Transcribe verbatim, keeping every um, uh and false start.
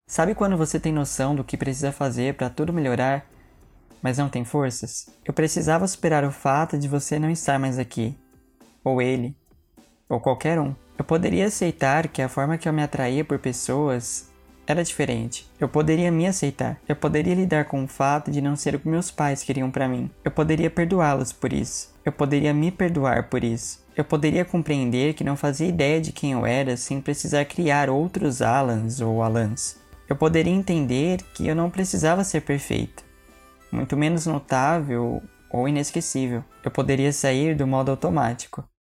Sabe quando você tem noção do que precisa fazer para tudo melhorar, mas não tem forças? Eu precisava superar o fato de você não estar mais aqui. Ou ele. Ou qualquer um. Eu poderia aceitar que a forma que eu me atraía por pessoas era diferente. Eu poderia me aceitar. Eu poderia lidar com o fato de não ser o que meus pais queriam pra mim. Eu poderia perdoá-los por isso. Eu poderia me perdoar por isso. Eu poderia compreender que não fazia ideia de quem eu era sem precisar criar outros Alans ou Alans. Eu poderia entender que eu não precisava ser perfeito, muito menos notável ou inesquecível. Eu poderia sair do modo automático.